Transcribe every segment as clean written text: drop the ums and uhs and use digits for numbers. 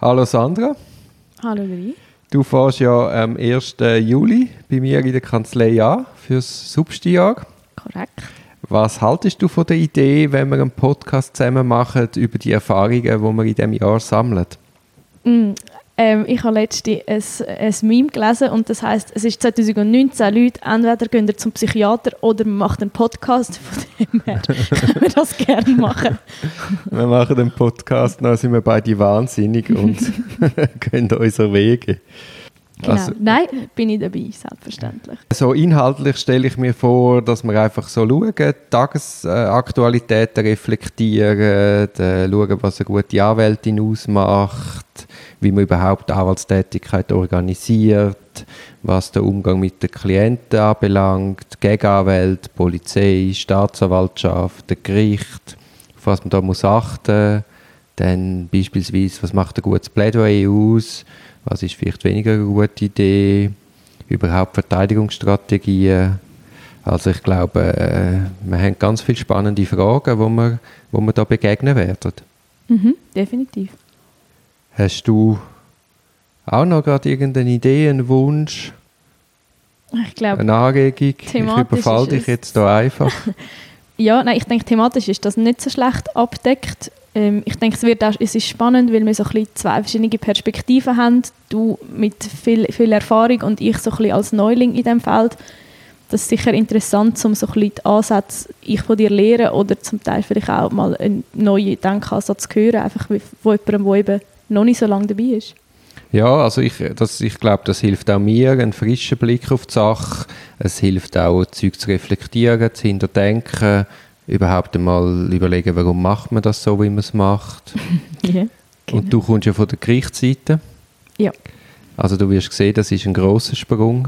Hallo Sandra. Hallo Louis. Du fährst ja am 1. Juli bei mir in der Kanzlei an fürs Substi-Jahr. Korrekt. Was haltest du von der Idee, wenn wir einen Podcast zusammen machen über die Erfahrungen, die wir in diesem Jahr sammeln? Ich habe letztens ein Meme gelesen und das heisst, es ist 2019, Leute, entweder gehen ihr zum Psychiater oder man macht einen Podcast, von dem her können wir das gerne machen. Wir machen den Podcast, dann sind wir beide wahnsinnig und gehen unsere Wege. Genau. Also, nein, bin ich dabei, selbstverständlich. So inhaltlich stelle ich mir vor, dass wir einfach so schauen, Tagesaktualitäten reflektieren, schauen, was eine gute Anwältin ausmacht, wie man überhaupt Anwaltstätigkeit organisiert, was den Umgang mit den Klienten anbelangt, Gegenanwälte, Polizei, Staatsanwaltschaft, Gericht, auf was man da muss achten, dann beispielsweise, was macht ein gutes Plädoyer aus, was ist vielleicht weniger eine gute Idee, überhaupt Verteidigungsstrategien. Also ich glaube, wir haben ganz viele spannende Fragen, wo wir da begegnen werden. Definitiv. Hast du auch noch gerade irgendeine Idee, einen Wunsch, ich glaube, eine Anregung? Ich überfalle dich jetzt da einfach. Ja, nein, ich denke, thematisch ist das nicht so schlecht abdeckt. Ich denke, es ist spannend, weil wir so ein bisschen zwei verschiedene Perspektiven haben. Du mit viel Erfahrung und ich so ein bisschen als Neuling in diesem Feld. Das ist sicher interessant, um so ein bisschen die Ansätze ich von dir lernen oder zum Teil vielleicht auch mal einen neuen Denkansatz zu hören, einfach von jemandem, der eben noch nicht so lange dabei ist. Ja, also ich glaube, das hilft auch mir, einen frischen Blick auf die Sache. Es hilft auch, Zeug zu reflektieren, zu hinterdenken, überhaupt einmal überlegen, warum macht man das so, wie man es macht. Ja, genau. Und du kommst ja von der Gerichtsseite. Ja. Also du wirst sehen, das ist ein grosser Sprung.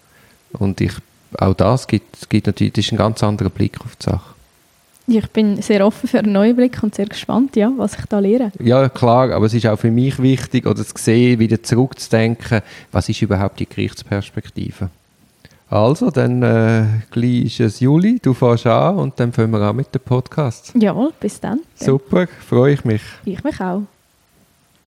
Und auch das gibt natürlich, das ist ein ganz anderer Blick auf die Sache. Ich bin sehr offen für einen neuen Blick und sehr gespannt, ja, was ich da lehre. Ja, klar, aber es ist auch für mich wichtig, oder zu sehen, wieder zurückzudenken, was ist überhaupt die Gerichtsperspektive. Also, dann gleich ist es Juli, du fährst an und dann fangen wir an mit dem Podcast. Jawohl, bis dann. Super, freue ich mich. Ich mich auch.